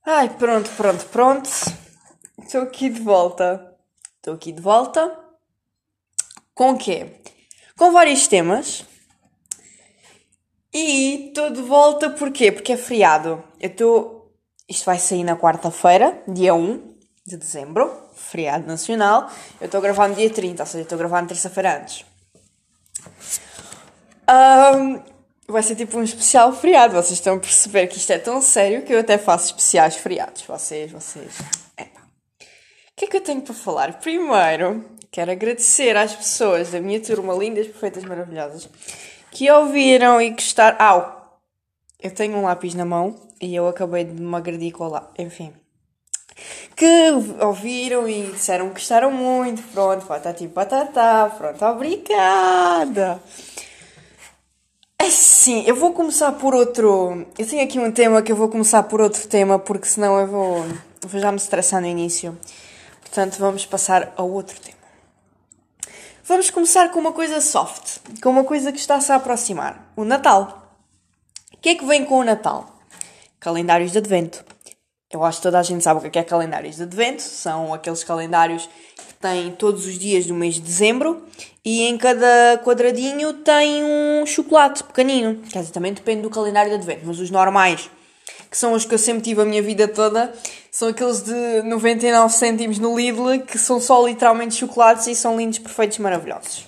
Ai, pronto. Estou aqui de volta. Com o quê? Com vários temas. E estou de volta porquê? Porque é feriado. Isto vai sair na quarta-feira, dia 1 de dezembro. Feriado nacional. Eu estou a gravar no dia 30, ou seja, estou a gravar na terça-feira antes. Vai ser tipo um especial feriado. Vocês estão a perceber que isto é tão sério que eu até faço especiais feriados. Vocês. Epá. O que é que eu tenho para falar? Primeiro, quero agradecer às pessoas da minha turma, lindas, perfeitas, maravilhosas, que ouviram e gostaram. Eu tenho um lápis na mão e eu acabei de me agredir com o lápis. Enfim. Que ouviram e disseram que gostaram muito. Pronto, patati patatá. Pronto, obrigada. Sim, eu vou começar por outro. Eu tenho aqui um tema que eu vou começar por outro tema, porque senão eu vou já me estressar no início. Portanto, vamos passar a outro tema. Vamos começar com uma coisa soft, com uma coisa que está-se a aproximar: o Natal. O que é que vem com o Natal? Calendários de Advento. Eu acho que toda a gente sabe o que é calendários de Advento. São aqueles calendários que têm todos os dias do mês de dezembro e em cada quadradinho tem um chocolate pequenino. Quer dizer, também depende do calendário de Advento, mas os normais, que são os que eu sempre tive a minha vida toda, são aqueles de 99 cêntimos no Lidl, que são só literalmente chocolates e são lindos, perfeitos, maravilhosos.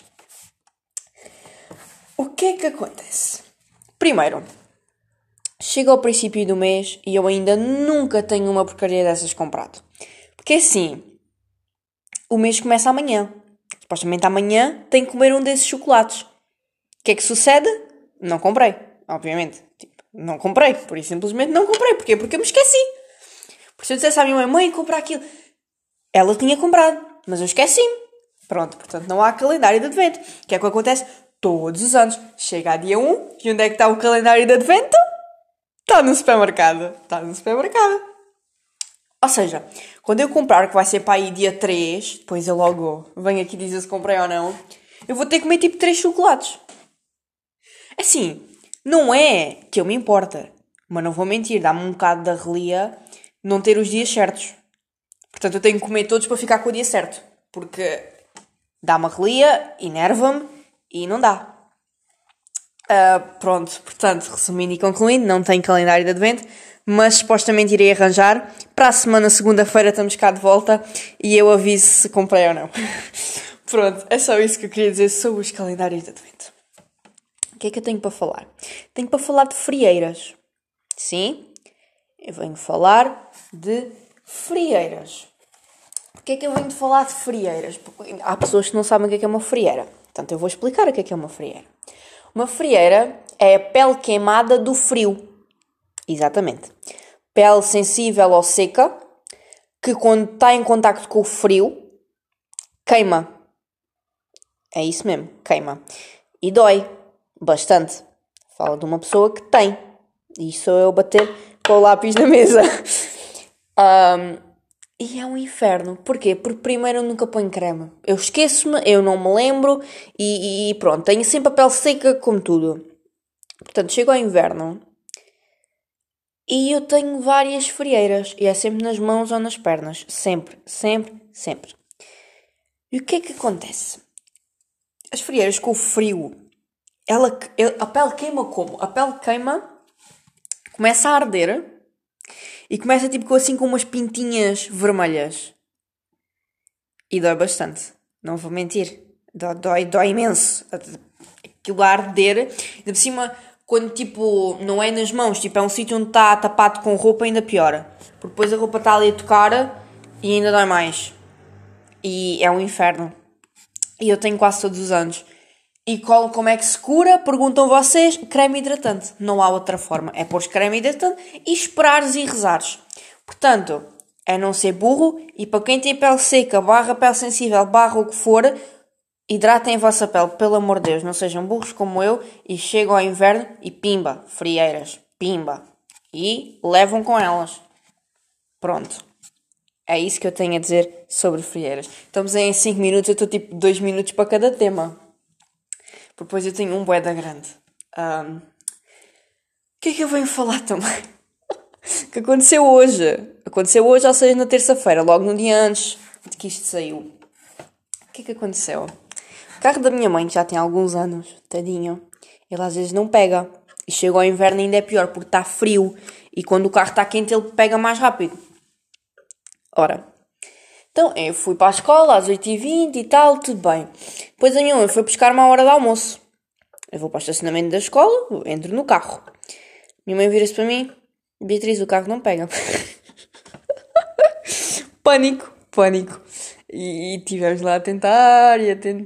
O que é que acontece? Primeiro, chega ao princípio do mês e eu ainda nunca tenho uma porcaria dessas comprado. Porque assim, o mês começa amanhã. Supostamente amanhã tenho que comer um desses chocolates. O que é que sucede? Não comprei, obviamente. Não comprei, por isso simplesmente não comprei. Porquê? Porque eu me esqueci. Porque se eu dissesse à minha mãe, comprar aquilo, ela tinha comprado, mas eu esqueci-me. Pronto, portanto não há calendário de Advento. O que é que acontece? Todos os anos. Chega a dia 1 e onde é que está o calendário de Advento? Está no supermercado. Ou seja, quando eu comprar, que vai ser para aí dia 3, depois eu logo venho aqui dizer se comprei ou não, eu vou ter que comer tipo 3 chocolates. Assim, não é que eu me importa, mas não vou mentir, dá-me um bocado de arrelia não ter os dias certos. Portanto, eu tenho que comer todos para ficar com o dia certo. Porque dá-me arrelia, enerva-me e não dá. Pronto, portanto, resumindo e concluindo, não tenho calendário de Advento, mas supostamente irei arranjar. Para a semana, segunda-feira, estamos cá de volta e eu aviso se comprei ou não. Pronto, é só isso que eu queria dizer sobre os calendários de Advento. O que é que eu tenho para falar? Tenho para falar de frieiras. Sim, eu venho falar de frieiras. Porquê é que eu venho de falar de frieiras? Porque há pessoas que não sabem o que é uma frieira. Portanto, eu vou explicar o que é uma frieira. Uma frieira é a pele queimada do frio. Exatamente. Pele sensível ou seca, que quando está em contacto com o frio, queima. É isso mesmo, queima. E dói bastante. Fala de uma pessoa que tem. E sou eu bater com o lápis na mesa. E é um inferno. Porquê? Porque primeiro eu nunca ponho creme. Eu esqueço-me, eu não me lembro e pronto. Tenho sempre a pele seca como tudo. Portanto, chego ao inverno e eu tenho várias frieiras. E é sempre nas mãos ou nas pernas. Sempre. E o que é que acontece? As frieiras com o frio, a pele queima como? A pele queima, começa a arder e começa tipo assim com umas pintinhas vermelhas. E dói bastante. Não vou mentir. Dói imenso. Aquilo a arder. E por cima, quando tipo, não é nas mãos, tipo, é um sítio onde está tapado com roupa, ainda piora. Porque depois a roupa está ali a tocar e ainda dói mais. E é um inferno. E eu tenho quase todos os anos. E como é que se cura? Perguntam vocês. Creme hidratante. Não há outra forma. É pôr creme hidratante e esperares e rezares. Portanto, é não ser burro. E para quem tem pele seca, barra pele sensível, barra o que for, hidratem a vossa pele. Pelo amor de Deus, não sejam burros como eu. E chegam ao inverno e pimba, frieiras. Pimba. E levam com elas. Pronto. É isso que eu tenho a dizer sobre frieiras. Estamos em 5 minutos. Eu estou tipo 2 minutos para cada tema. Depois eu tenho um bué da grande. O que é que eu venho falar também? Que aconteceu hoje. Aconteceu hoje, ou seja, na terça-feira, logo no dia antes de que isto saiu. O que é que aconteceu? O carro da minha mãe, que já tem alguns anos, tadinho, ele às vezes não pega. E chega ao inverno ainda é pior, porque está frio. E quando o carro está quente, ele pega mais rápido. Ora, então eu fui para a escola às 8h20 e tal, tudo bem. Depois a minha mãe foi buscar-me à hora do almoço. Eu vou para o estacionamento da escola, entro no carro. Minha mãe vira-se para mim: Beatriz, o carro não pega. Pânico. E tivemos lá a tentar,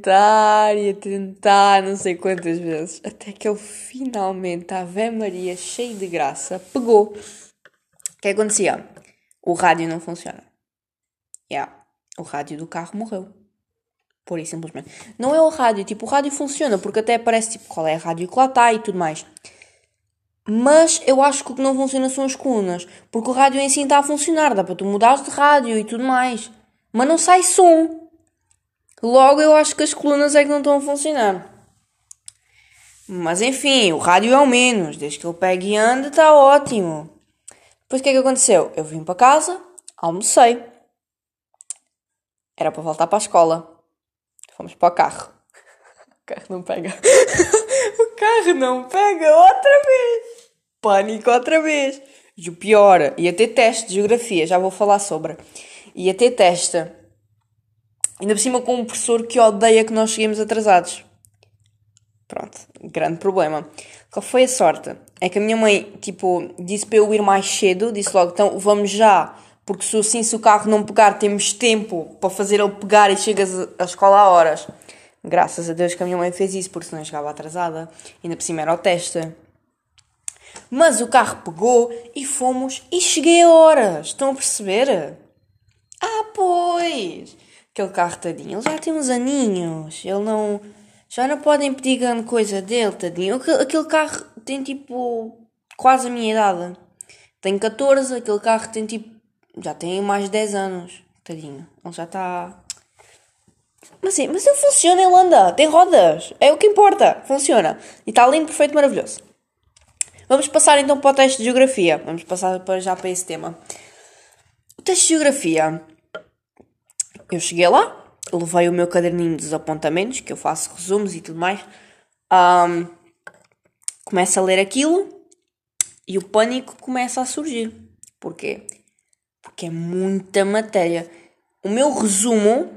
não sei quantas vezes. Até que ele finalmente, a Ave Maria, cheio de graça, pegou. O que acontecia? O rádio não funciona. O rádio do carro morreu. Pura e simplesmente. Não é o rádio, tipo, o rádio funciona, porque até aparece, tipo, qual é a rádio que lá está e tudo mais. Mas eu acho que o que não funciona são as colunas, porque o rádio em si está a funcionar, dá para tu mudares de rádio e tudo mais. Mas não sai som. Logo eu acho que as colunas é que não estão a funcionar. Mas enfim, o rádio é o menos, desde que ele pegue e ande, está ótimo. Depois o que é que aconteceu? Eu vim para casa, almocei. Era para voltar para a escola. Fomos para o carro. O carro não pega. O carro não pega outra vez. Pânico outra vez. E o pior, ia ter teste de geografia, já vou falar sobre. Ia ter teste. Ainda por cima com um professor que odeia que nós cheguemos atrasados. Pronto, grande problema. Qual foi a sorte? É que a minha mãe, tipo, disse para eu ir mais cedo. Disse logo, então vamos já. Porque se o carro não pegar, temos tempo para fazer ele pegar e chegas à escola a horas. Graças a Deus que a minha mãe fez isso, porque senão eu chegava atrasada. Ainda por cima era o teste. Mas o carro pegou e fomos e cheguei a horas. Estão a perceber? Pois. Aquele carro tadinho, ele já tem uns aninhos. Ele não... Já não podem pedir grande coisa dele, tadinho. Aquele carro tem tipo... quase a minha idade. Tenho 14, aquele carro tem tipo... já tem mais de 10 anos. Tadinho. Ele já está... Mas ele funciona, ele anda. Tem rodas. É o que importa. Funciona. E está lindo, perfeito, maravilhoso. Vamos passar então para o teste de geografia. Vamos passar já para esse tema. O teste de geografia. Eu cheguei lá. Levei o meu caderninho dos apontamentos, que eu faço resumos e tudo mais. Começo a ler aquilo. E o pânico começa a surgir. Porquê? Porque é muita matéria. O meu resumo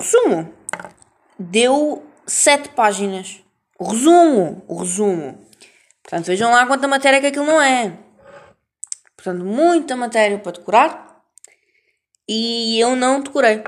deu 7 páginas. O resumo. Portanto, vejam lá quanta matéria que aquilo não é. Portanto, muita matéria para decorar. E eu não decorei.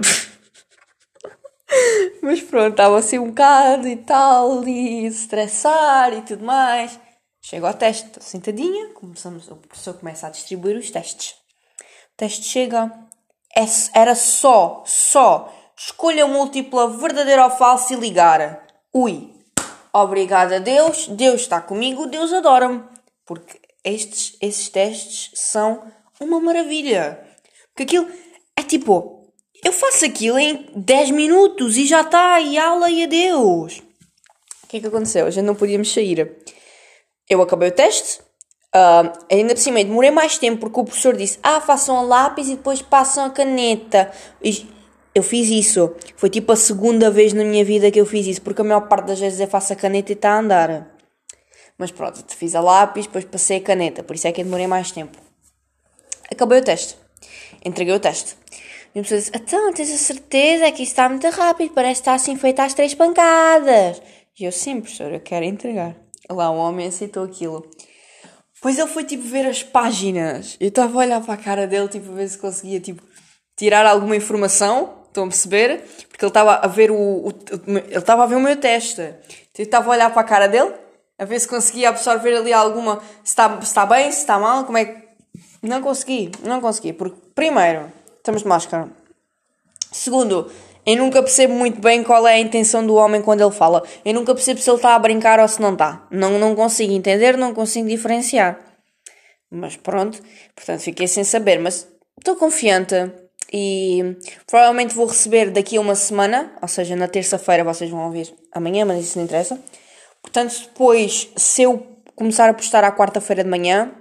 Mas pronto, estava assim um bocado e tal, e estressar e tudo mais. Chego ao teste, estou sentadinha, o professor começa a distribuir os testes. O teste chega, era só, escolha múltipla, verdadeiro ou falso e ligar. Ui, obrigada a Deus, Deus está comigo, Deus adora-me. Porque esses testes são uma maravilha. Porque aquilo é tipo... eu faço aquilo em 10 minutos e já está, e aula e adeus. O que é que aconteceu? A gente não podíamos sair. Eu acabei o teste. Ainda por cima, demorei mais tempo porque o professor disse: façam a lápis e depois passam a caneta. E eu fiz isso. Foi tipo a segunda vez na minha vida que eu fiz isso, porque a maior parte das vezes eu faço a caneta e está a andar. Mas pronto, fiz a lápis, depois passei a caneta. Por isso é que eu demorei mais tempo. Acabei o teste. Entreguei o teste. E a pessoa disse: então, tens a certeza que isso está muito rápido? Parece que está assim feito às 3 pancadas. E eu: sim, professor, eu quero entregar. Lá um homem aceitou aquilo. Pois ele foi tipo ver as páginas. Eu estava a olhar para a cara dele, tipo, a ver se conseguia tipo, tirar alguma informação. Estão a perceber? Porque ele estava a ver ele estava a ver o meu teste. Então, eu estava a olhar para a cara dele, a ver se conseguia absorver ali alguma... se está bem, se está mal, como é que... Não consegui. Porque, primeiro, estamos de máscara. Segundo, eu nunca percebo muito bem qual é a intenção do homem quando ele fala. Eu nunca percebo se ele está a brincar ou se não está. Não consigo entender, não consigo diferenciar. Mas pronto, portanto fiquei sem saber. Mas estou confiante e provavelmente vou receber daqui a uma semana. Ou seja, na terça-feira vocês vão ouvir amanhã, mas isso não interessa. Portanto, depois, se eu começar a postar à quarta-feira de manhã,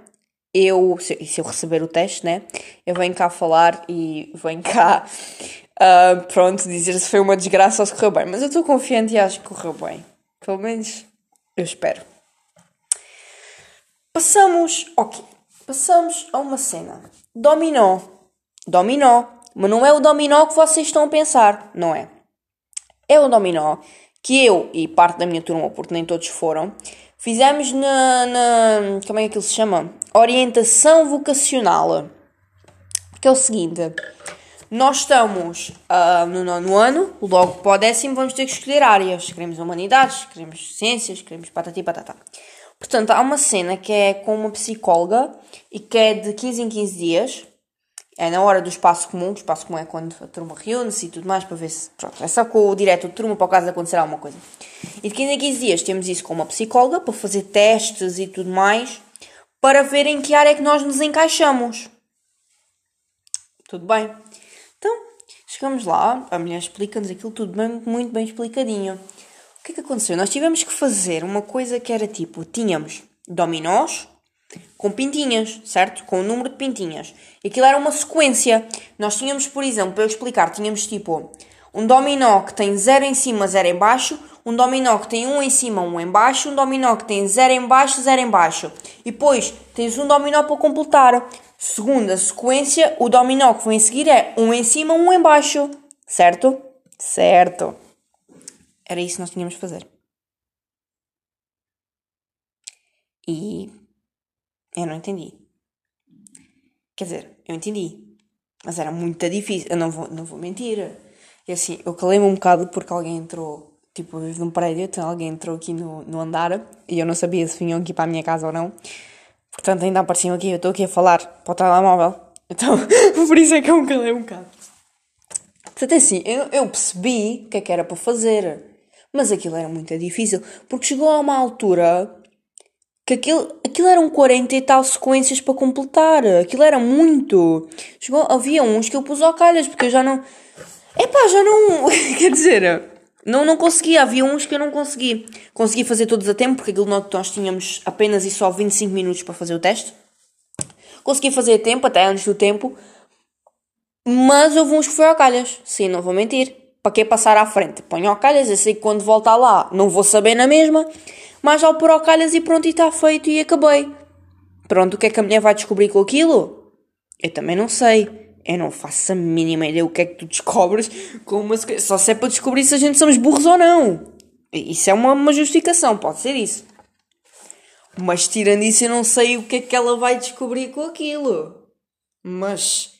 se eu receber o teste, né? Eu venho cá falar e venho cá, pronto, dizer se foi uma desgraça ou se correu bem. Mas eu estou confiante e acho que correu bem. Pelo menos, eu espero. Passamos a uma cena. Dominó. Mas não é o dominó que vocês estão a pensar, não é? É o dominó que eu e parte da minha turma, porque nem todos foram, fizemos como é que aquilo se chama? Orientação vocacional. Que é o seguinte, nós estamos no 9º ano, logo para o 10º vamos ter que escolher áreas. Queremos humanidades, queremos ciências, queremos patati patatá. Portanto, há uma cena que é com uma psicóloga e que é de 15 em 15 dias. É na hora do espaço comum. O espaço comum é quando a turma reúne-se e tudo mais para ver se... Pronto, é só com o diretor de turma para o caso de acontecer alguma coisa. E de 15 em 15 dias temos isso com uma psicóloga para fazer testes e tudo mais para ver em que área é que nós nos encaixamos. Tudo bem? Então, chegamos lá, a mulher explica-nos aquilo tudo bem, muito bem explicadinho. O que é que aconteceu? Nós tivemos que fazer uma coisa que era tipo, tínhamos dominós com pintinhas, certo? Com o número de pintinhas. E aquilo era uma sequência. Nós tínhamos, por exemplo, para eu explicar, tínhamos tipo um dominó que tem 0 em cima, 0 em baixo, um dominó que tem 1 em cima, 1 em baixo, um dominó que tem 0 em baixo, 0 em baixo. E depois tens um dominó para completar. Segunda sequência, o dominó que vem a seguir é 1 em cima, 1 em baixo. Certo? Certo. Era isso que nós tínhamos de fazer. E eu não entendi. Quer dizer, eu entendi. Mas era muito difícil. Eu não vou mentir. E assim, eu calei-me um bocado porque alguém entrou. Tipo, eu vivo num prédio, então alguém entrou aqui no andar. E eu não sabia se vinham aqui para a minha casa ou não. Portanto, ainda apareciam aqui. Eu estou aqui a falar para o telemóvel. Então, por isso é que eu me calei um bocado. Portanto, assim, eu percebi o que era para fazer. Mas aquilo era muito difícil. Porque chegou a uma altura que aquilo eram 40 e tal sequências para completar. Aquilo era muito. Havia uns que eu pus ao calhas, porque eu já não... já não... Quer dizer, não conseguia. Havia uns que eu não consegui. Consegui fazer todos a tempo, porque aquilo nós tínhamos apenas e só 25 minutos para fazer o teste. Consegui fazer a tempo, até antes do tempo. Mas houve uns que foi ao calhas. Sim, não vou mentir. Para que passar à frente? Ponho ao calhas, eu sei que quando voltar lá não vou saber na mesma. Mas ao pôr ao calhas e pronto, e está feito e acabei. Pronto, o que é que a mulher vai descobrir com aquilo? Eu também não sei. Eu não faço a mínima ideia o que é que tu descobres com uma... Só se é para descobrir se a gente somos burros ou não. Isso é uma justificação, pode ser isso. Mas tirando isso, eu não sei o que é que ela vai descobrir com aquilo. Mas...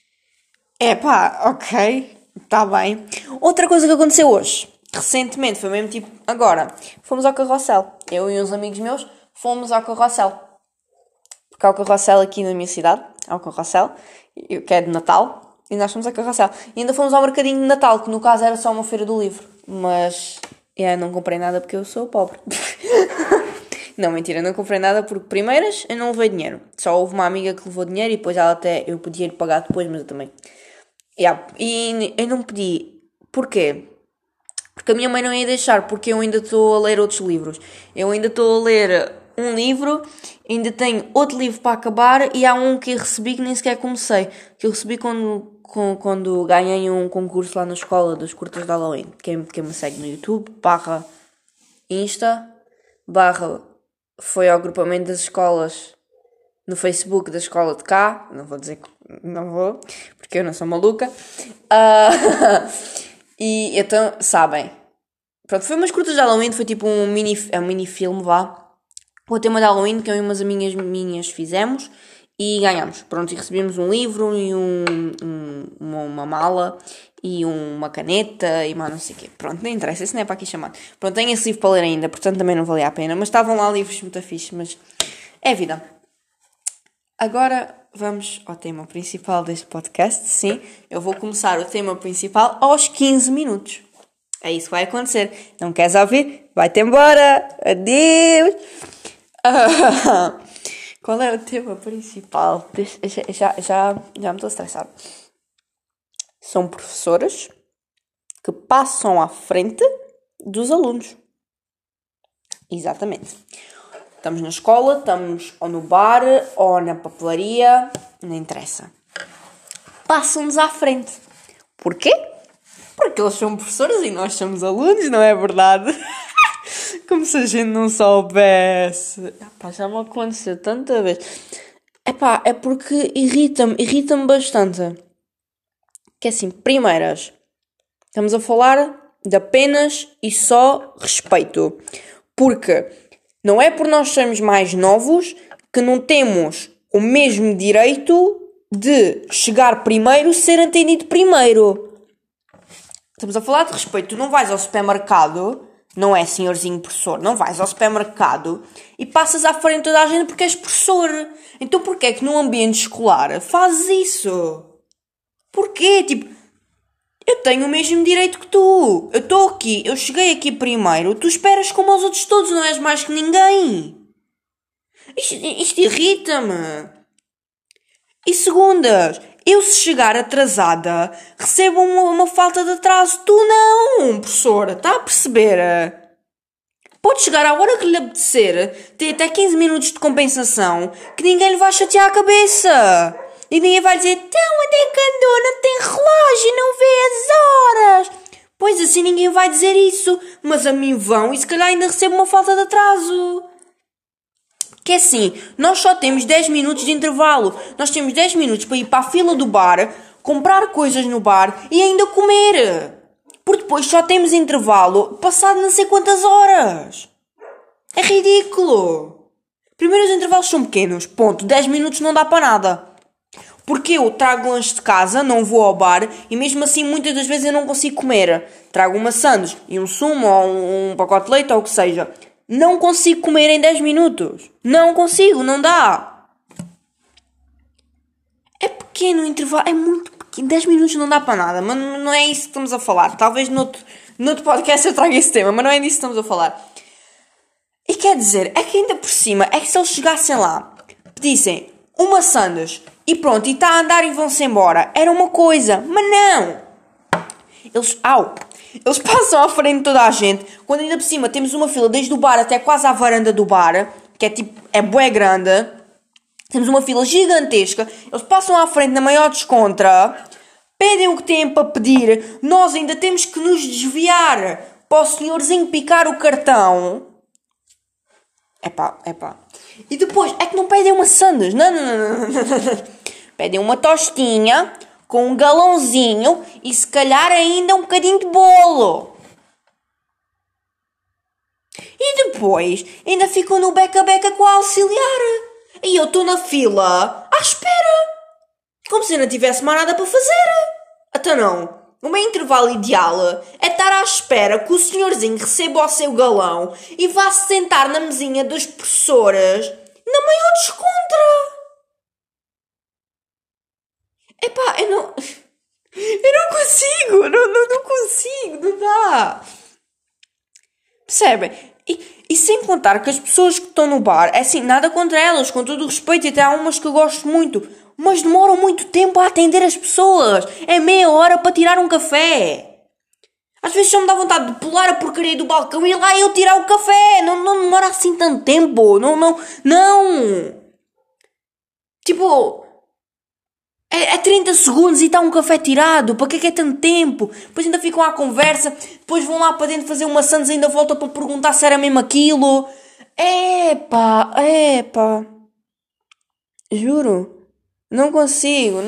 ok, está bem. Outra coisa que aconteceu hoje, recentemente, foi mesmo tipo, agora, fomos ao carrossel. Eu e uns amigos meus fomos ao carrossel. Porque há o carrossel aqui na minha cidade, há o carrossel, que é de Natal, e nós fomos ao carrossel. E ainda fomos ao mercadinho de Natal, que no caso era só uma feira do livro. Mas, não comprei nada porque eu sou pobre. Não, mentira, não comprei nada porque, primeiras, eu não levei dinheiro. Só houve uma amiga que levou dinheiro e depois ela até, eu podia ir pagar depois, mas eu também. E eu não pedi. Porquê? Porque a minha mãe não ia deixar, porque eu ainda estou a ler outros livros. Eu ainda estou a ler um livro, ainda tenho outro livro para acabar e há um que eu recebi que nem sequer comecei. Que eu recebi quando ganhei um concurso lá na escola dos curtas de Halloween. Quem me segue no YouTube, /Insta, foi ao agrupamento das escolas no Facebook da escola de cá. Não vou dizer que não vou, porque eu não sou maluca. E então, sabem. Pronto, foi umas curtas de Halloween, foi tipo um mini filme, vá. O tema de Halloween que eu e umas amigas minhas fizemos e ganhamos. Pronto, e recebemos um livro e uma mala e uma caneta e mais não sei o quê. Pronto, nem interessa, isso não é para aqui chamar. Pronto, tenho esse livro para ler ainda, portanto também não valia a pena. Mas estavam lá livros muito fixes, mas é vida. Agora vamos ao tema principal deste podcast. Sim, eu vou começar o tema principal aos 15 minutos. É isso que vai acontecer. Não queres ouvir? Vai-te embora! Adeus! Qual é o tema principal? Já me estou a estressar. São professoras que passam à frente dos alunos. Exatamente. Estamos na escola, estamos ou no bar, ou na papelaria, não interessa. Passam-nos à frente. Porquê? Porque eles são professores e nós somos alunos, não é verdade? Como se a gente não soubesse. Epá, já me aconteceu tanta vez. Epá, é porque irrita-me bastante. Que é assim, primeiras, estamos a falar de apenas e só respeito. Porque não é por nós sermos mais novos que não temos o mesmo direito de chegar primeiro, ser atendido primeiro. Estamos a falar de respeito. Tu não vais ao supermercado, não é, senhorzinho professor, não vais ao supermercado e passas à frente de toda a gente porque és professor. Então porquê é que num ambiente escolar fazes isso? Porquê? Tipo, eu tenho o mesmo direito que tu. Eu estou aqui, eu cheguei aqui primeiro, tu esperas como aos outros todos, não és mais que ninguém. Isto irrita-me. E segundas, eu se chegar atrasada, recebo uma falta de atraso. Tu não, professora, está a perceber? Pode chegar à hora que lhe apetecer, ter até 15 minutos de compensação, que ninguém lhe vai chatear a cabeça. E ninguém vai dizer, então onde é que andou? Não tem relógio, não vê as horas. Pois assim ninguém vai dizer isso, mas a mim vão e se calhar ainda recebo uma falta de atraso. Que é assim, nós só temos 10 minutos de intervalo. Nós temos 10 minutos para ir para a fila do bar, comprar coisas no bar e ainda comer. Porque depois só temos intervalo passado não sei quantas horas. É ridículo. Primeiro os intervalos são pequenos. Ponto. 10 minutos não dá para nada. Porque eu trago lanche de casa, não vou ao bar e mesmo assim muitas das vezes eu não consigo comer. Trago uma sandes e um sumo ou um pacote de leite ou o que seja. Não consigo comer em 10 minutos. Não consigo, não dá. É pequeno o intervalo, é muito pequeno. 10 minutos não dá para nada, mas não é isso que estamos a falar. Talvez noutro podcast eu traga esse tema, mas não é disso que estamos a falar. E quer dizer, é que ainda por cima, é que se eles chegassem lá, pedissem uma sandes e pronto, e está a andar e vão-se embora, era uma coisa, mas não. Eles passam à frente de toda a gente, quando ainda por cima temos uma fila desde o bar até quase à varanda do bar, que é tipo, é bué grande, temos uma fila gigantesca, eles passam à frente na maior descontra, pedem o que têm para pedir, nós ainda temos que nos desviar para o senhorzinho picar o cartão. Epá. E depois, é que não pedem uma sandes, não. Pedem uma tostinha com um galãozinho e se calhar ainda um bocadinho de bolo. E depois ainda ficam no beca-beca com a auxiliar. E eu estou na fila à espera. Como se eu não tivesse mais nada para fazer. Até não. O meu intervalo ideal é estar à espera que o senhorzinho receba o seu galão e vá se sentar na mesinha das professoras na maior descontra. Epá, eu não consigo, não consigo, não dá. Percebem? E sem contar que as pessoas que estão no bar, é assim, nada contra elas, com todo o respeito, e até há umas que eu gosto muito, mas demoram muito tempo a atender as pessoas. É meia hora para tirar um café. Às vezes só me dá vontade de pular a porcaria do balcão e ir lá eu tirar o café. Não demora assim tanto tempo. Não. Tipo, é 30 segundos e está um café tirado. Para que é tanto tempo? Depois ainda ficam à conversa. Depois vão lá para dentro fazer uma sandes e ainda voltam para perguntar se era mesmo aquilo. Epá. Juro. Não consigo.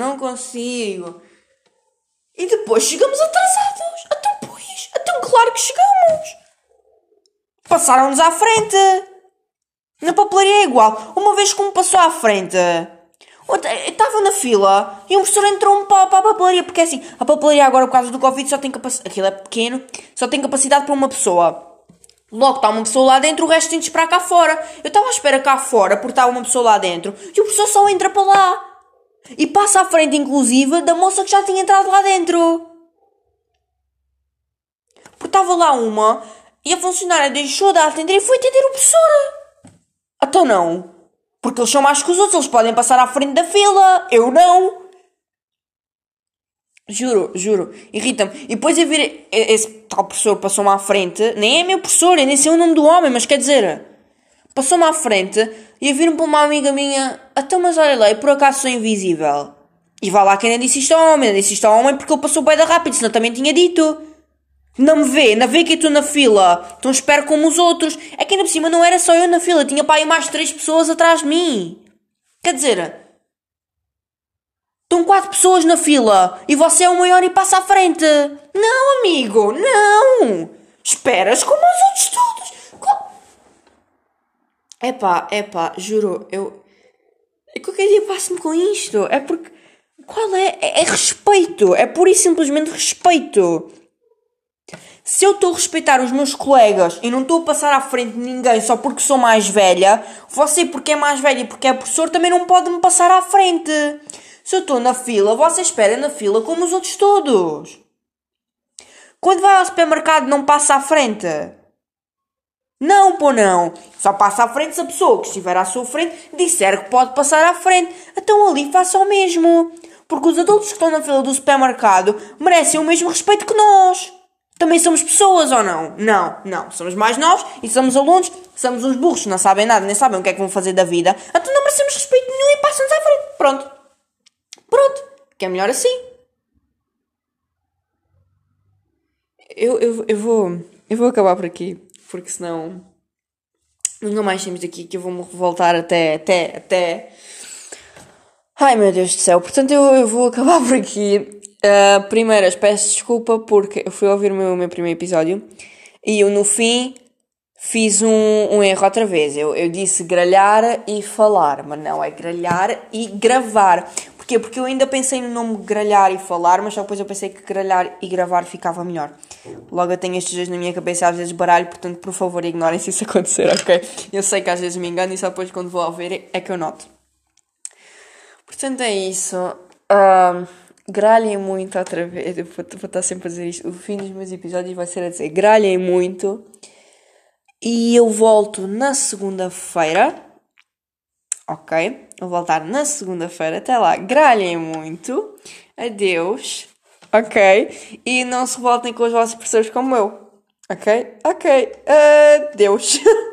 E depois chegamos atrasados. Então claro que chegamos. Passaram-nos à frente. Na papelaria é igual. Uma vez que me passou à frente, eu estava na fila e um professor entrou-me para a papelaria. Porque assim, a papelaria agora por causa do Covid só tem capacidade. Aquilo é pequeno, só tem capacidade para uma pessoa. Logo está uma pessoa lá dentro, o resto tem de esperar cá fora. Eu estava à espera cá fora porque estava uma pessoa lá dentro e o professor só entra para lá. E passa à frente, inclusive, da moça que já tinha entrado lá dentro. Porque estava lá uma e a funcionária deixou de atender e foi atender o professor. Então não. Porque eles são mais que os outros, eles podem passar à frente da fila. Eu não. Juro. Irrita-me. E depois eu vir esse tal professor passou-me à frente. Nem é meu professor, eu nem sei o nome do homem, mas quer dizer... Passou-me à frente e a vir-me para uma amiga minha. Então, mas olha lá, eu por acaso sou invisível. E vai lá que ainda disse isto ao homem. Ainda disse isto ao homem porque ele passou bem da rápido, senão também tinha dito. Não me vê, ainda vê que eu estou na fila. Então espero como os outros. É que ainda por cima não era só eu na fila, tinha para aí mais 3 pessoas atrás de mim. Quer dizer, estão 4 pessoas na fila e você é o maior e passa à frente. Não, amigo, não. Esperas como os outros todos. Epá, juro, qualquer dia passo-me com isto. É porque, qual é? É respeito, é pura e simplesmente respeito. Se eu estou a respeitar os meus colegas e não estou a passar à frente de ninguém só porque sou mais velha, você porque é mais velha e porque é professor também não pode me passar à frente. Se eu estou na fila, você espera na fila como os outros todos. Quando vai ao supermercado não passa à frente. Não, pô, não. Só passa à frente se a pessoa que estiver à sua frente disser que pode passar à frente. Então ali faça o mesmo. Porque os adultos que estão na fila do supermercado merecem o mesmo respeito que nós. Também somos pessoas ou não? Não. Somos mais novos e somos alunos, somos uns burros, não sabem nada, nem sabem o que é que vão fazer da vida. Então não merecemos respeito nenhum e passam-nos à frente. Pronto. Que é melhor assim. Eu vou acabar por aqui, porque senão nunca mais temos daqui que eu vou-me revoltar até... Ai, meu Deus do céu. Portanto, eu vou acabar por aqui. Primeiro, peço desculpa porque eu fui ouvir o meu primeiro episódio e eu, no fim, fiz um erro outra vez. Eu disse gralhar e falar, mas não, é gralhar e gravar. Porquê? Porque eu ainda pensei no nome gralhar e falar, mas só depois eu pensei que gralhar e gravar ficava melhor. Logo eu tenho estes dois na minha cabeça, às vezes baralho, portanto, por favor, ignorem se isso acontecer, ok? Eu sei que às vezes me engano e só depois quando vou ouvir é que eu noto. Portanto, é isso. Gralhem muito outra vez. Eu vou estar sempre a dizer isto. O fim dos meus episódios vai ser a dizer gralhem muito. E eu volto na segunda-feira. Ok? Vou voltar na segunda-feira. Até lá. Gralhem muito. Adeus. Ok? E não se revoltem com os vossos professores como eu. Ok? Ok. Adeus.